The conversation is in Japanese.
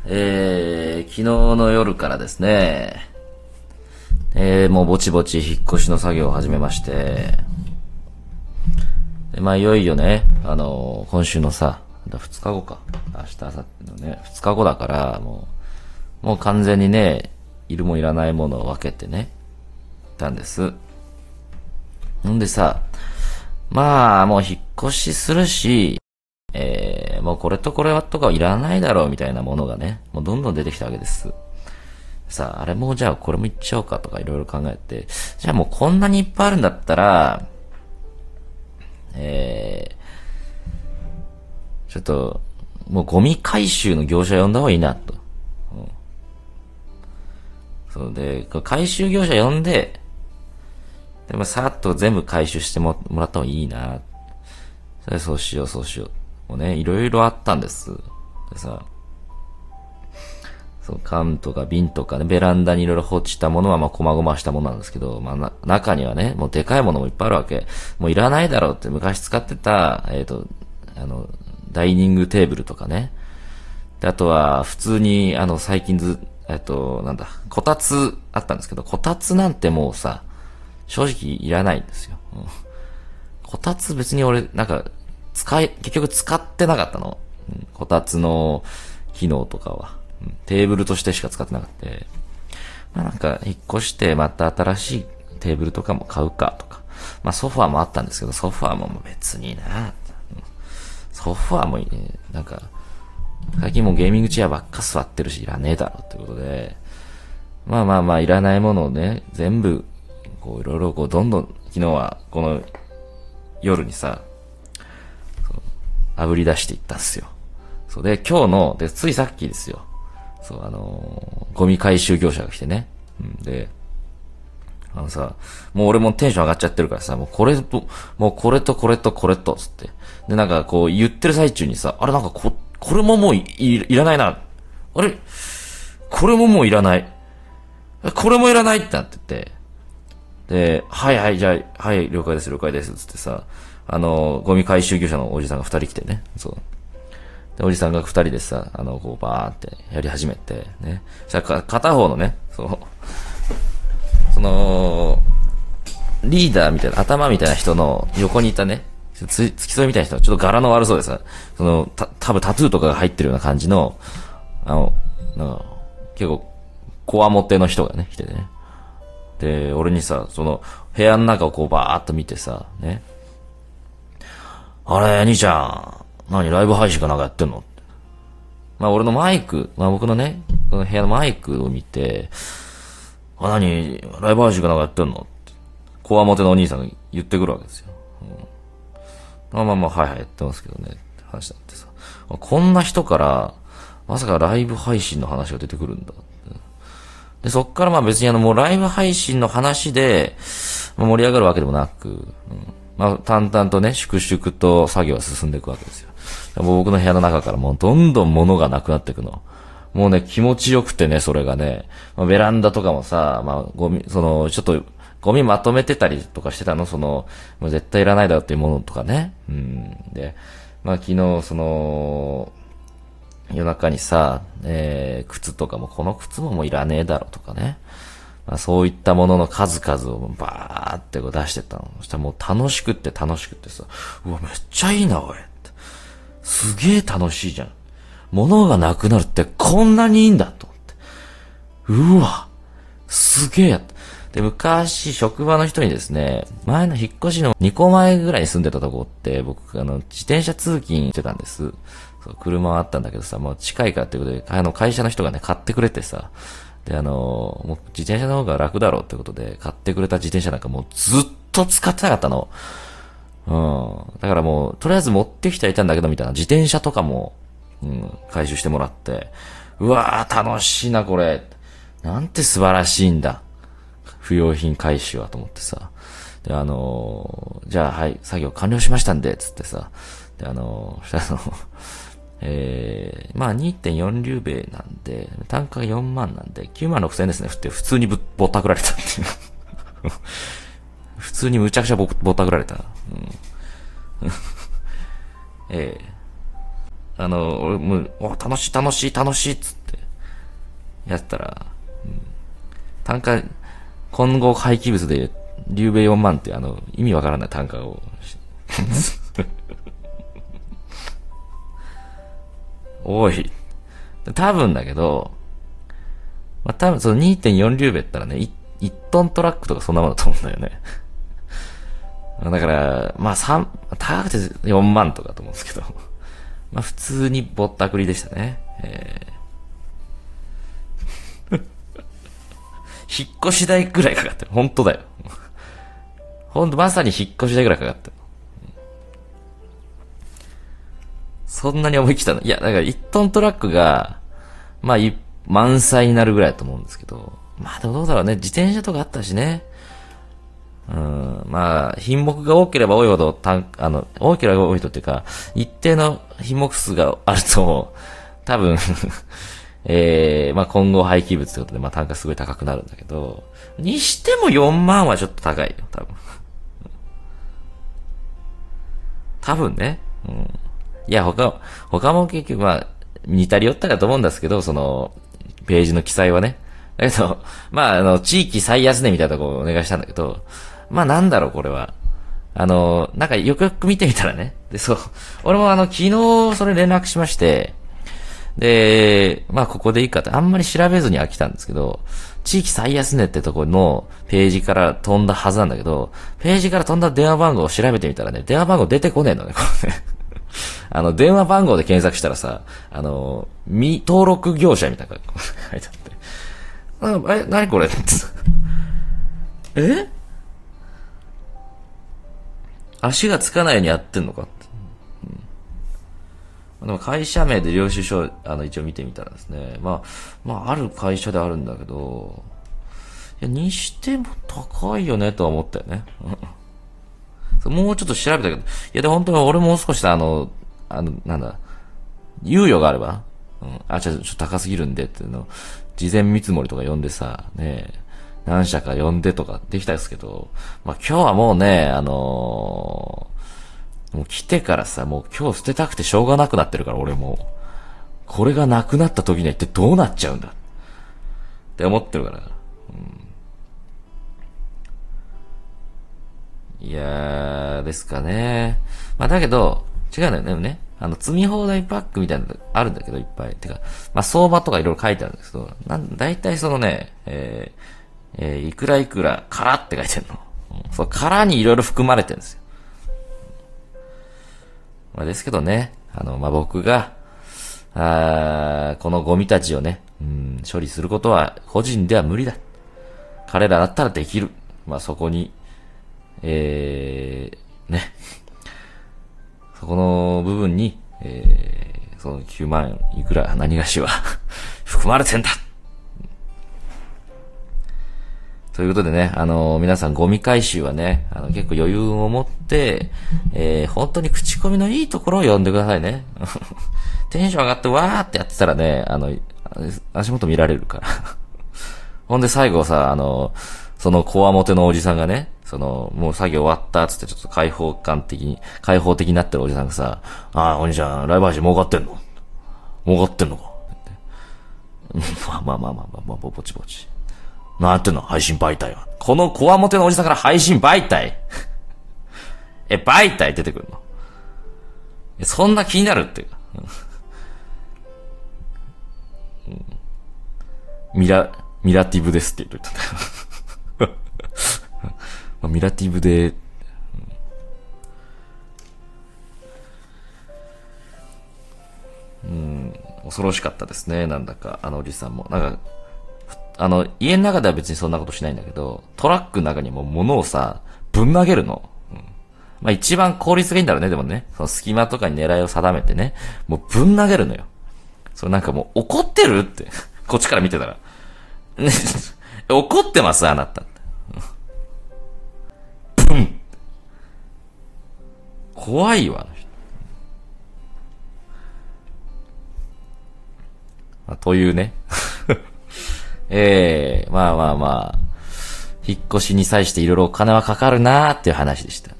昨日の夜からですね、もうぼちぼち引っ越しの作業を始めまして、でまあいよいよね、今週のさ、2日後か。明日、明後日のね、2日後だから、もう完全にね、いるもいらないものを分けてね、たんです。んでさ、まあ、もう引っ越しするし、もうこれとこれとかいらないだろうみたいなものがね、もうどんどん出てきたわけです。さあ、あれもじゃあこれもいっちゃおうかとかいろいろ考えて、じゃあもうこんなにいっぱいあるんだったら、ちょっと、もうゴミ回収の業者呼んだ方がいいなと。そうで、回収業者呼んで、でもさっと全部回収してもらった方がいいな。そうしよう、そうしよう。もうね、いろいろあったんです。でさ、そう、缶とか瓶とかね、ベランダにいろいろ放置したものはまあ、細々したものなんですけど、まあ、中にはね、もうでかいものもいっぱいあるわけ。もういらないだろうって昔使ってた、ダイニングテーブルとかね。で、あとは、普通に、最近こたつあったんですけど、こたつなんてもうさ、正直いらないんですよ。こたつ別に俺、結局使ってなかったの。こたつの機能とかは。テーブルとしてしか使ってなかった。まあなんか、引っ越してまた新しいテーブルとかも買うかとか。まあソファーもあったんですけど、ソファーも別にな。ソファーもいいね。なんか、最近もうゲーミングチェアばっか座ってるし、いらねえだろってことで、まあまあまあ、いらないものをね、全部、こういろいろこう、どんどん、昨日はこの夜にさ、炙り出していったんですよ。そうで、今日の、で、ついさっきですよ。そう、ゴミ回収業者が来てね。で、もう俺もテンション上がっちゃってるからさ、もうこれとこれとこれと、つって。で、なんかこう言ってる最中にさ、あれなんかこれももういらないな。あれこれももういらない。これもいらないってなってて。で、はいはい、じゃあ、はい、了解です、了解です、つってさ、ゴミ回収業者のおじさんが二人来てね、そう。で、おじさんが二人でさ、こうバーってやり始めて、ね。片方のね、そう、リーダーみたいな、頭みたいな人の横にいたね、付き添いみたいな人はちょっと柄の悪そうでさ、多分タトゥーとかが入ってるような感じの、結構、こわもての人がね、来てね。で、俺にさ、部屋の中をこうバーっと見てさ、ね。あれ、兄ちゃん、何、ライブ配信かなんかやってんの？まあ俺のマイク、まあ僕のね、この部屋のマイクを見て、何、ライブ配信かなんかやってんのって、こわもてのお兄さんが言ってくるわけですよ。まあまあまあ、はいはい、やってますけどね、って話だってさ。こんな人から、まさかライブ配信の話が出てくるんだ。で、そっからまあ別にもうライブ配信の話で盛り上がるわけでもなく、まあ淡々とね、粛々と作業は進んでいくわけですよ。もう僕の部屋の中からもうどんどん物がなくなっていくの。もうね、気持ちよくてね、それがね、まあ、ベランダとかもさ、まあゴミ、ちょっと、ゴミまとめてたりとかしてたの、もう絶対いらないだろうっていうものとかね。で、まあ昨日、夜中にさ、靴とかも、この靴ももういらねえだろとかね。まあ、そういったものの数々をバーってこう出してったの。そしたらもう楽しくってさ、うわ、めっちゃいいな、おい。すげえ楽しいじゃん。物がなくなるってこんなにいいんだと思って。うわ、すげえやった。で、昔、職場の人にですね、前の引っ越しの2個前ぐらいに住んでたとこって、僕、自転車通勤してたんです。そう、車はあったんだけどさ、もう近いからってことで、会社の人がね、買ってくれてさ、で、もう自転車の方が楽だろうってことで、買ってくれた自転車なんかもうずっと使ってなかったの。だからもう、とりあえず持ってきてはいたんだけど、みたいな自転車とかも、回収してもらって、うわー、楽しいな、これ。なんて素晴らしいんだ。不要品回収はと思ってさ。で、じゃあ、はい、作業完了しましたんで、つってさ。で、したらまあ2.4リューベイなんで、単価が4万なんで、9万6千円ですね、って普通にぼったくられたっていう。普通にむちゃくちゃぼったくられた。 俺もう、楽しい楽しい楽しいっつって、やったら、単価、混合廃棄物で、リュウベイ4万って意味わからない単価を、多い。多分だけど、まあ、多分その 2.4 リュウベイったらね、1トントラックとかそんなものだと思うんだよね。だから、まあ高くて4万とかと思うんですけど、まあ普通にぼったくりでしたね。引っ越し代ぐらいかかってる。本当だよ。本当まさに引っ越し代ぐらいかかってる。そんなに思い切ったの。いや、だから1トントラックが、まあ満載になるぐらいだと思うんですけど、まあでもどうだろうね。自転車とかあったしね。まあ、品目が多ければ多いほど、多ければ多いとっていうか、一定の品目数があると、多分まあ混合廃棄物ってことで、まあ単価すごい高くなるんだけど、にしても4万はちょっと高いよ、多分。多分ね。いや、他も結局まあ、似たり寄ったりだと思うんですけど、その、ページの記載はね。だけど、まあ、地域最安値みたいなところをお願いしたんだけど、まあなんだろう、これは。なんかよくよく見てみたらね。で、そう。俺も昨日それ連絡しまして、で、まあここでいいかってあんまり調べずに飽きたんですけど、地域最安値ってところのページから飛んだはずなんだけど、ページから飛んだ電話番号を調べてみたらね、電話番号出てこねえのね、これね。電話番号で検索したらさ、未登録業者みたいな書いてあって。何これえ足がつかないようにやってんのかって。でも会社名で領収書、一応見てみたらですね。まあ、ある会社であるんだけど、いや、にしても高いよねとは思ったよね。もうちょっと調べたけど、いや、で、本当に俺もう少しさ、なんだ、猶予があれば、ちょっと高すぎるんでっていうの、事前見積もりとか呼んでさ、ね、何社か呼んでとかできたんですけど、まあ今日はもうね、もう来てからさ、もう今日捨てたくてしょうがなくなってるから俺も、これがなくなった時には一体どうなっちゃうんだって思ってるから。いやー、ですかね。まあだけど、違うんだよね。積み放題パックみたいなのあるんだけど、いっぱい。てか、まあ相場とかいろいろ書いてあるんですけど、だいたいそのね、いくらいくら、からって書いてるの。そう、からにいろいろ含まれてるんですよ。まあですけどね、まあ僕が、このゴミたちをね、処理することは個人では無理だ。彼らだったらできる。まあそこに、ね。そこの部分に、その9万いくら何がしは含まれてんだということでね、皆さんゴミ回収はね、結構余裕を持って、本当に口コミのいいところを読んでくださいね。テンション上がってわーってやってたらね、足元見られるから。ほんで最後さ、そのコアモテのおじさんがね、もう作業終わったっつってちょっと開放的になってるおじさんがさ、お兄ちゃん、ライブ配信儲かってんの儲かってんのかまあ、ぼちぼち。何やってんの配信媒体は。このコアモテのおじさんから配信媒体媒体出てくるのそんな気になるっていうか。ミラティブですって言ってた。ミラティブで、恐ろしかったですね。なんだか、おじさんも。なんか、家の中では別にそんなことしないんだけど、トラックの中にも物をさ、ぶん投げるの。まあ一番効率がいいんだろうね、でもね。その隙間とかに狙いを定めてね、もうぶん投げるのよ。それなんかもう怒ってるって。こっちから見てたら。怒ってますあなた。ブン怖いわ、あの人。まあ、というね。まあ、引っ越しに際していろいろお金はかかるなーっていう話でした。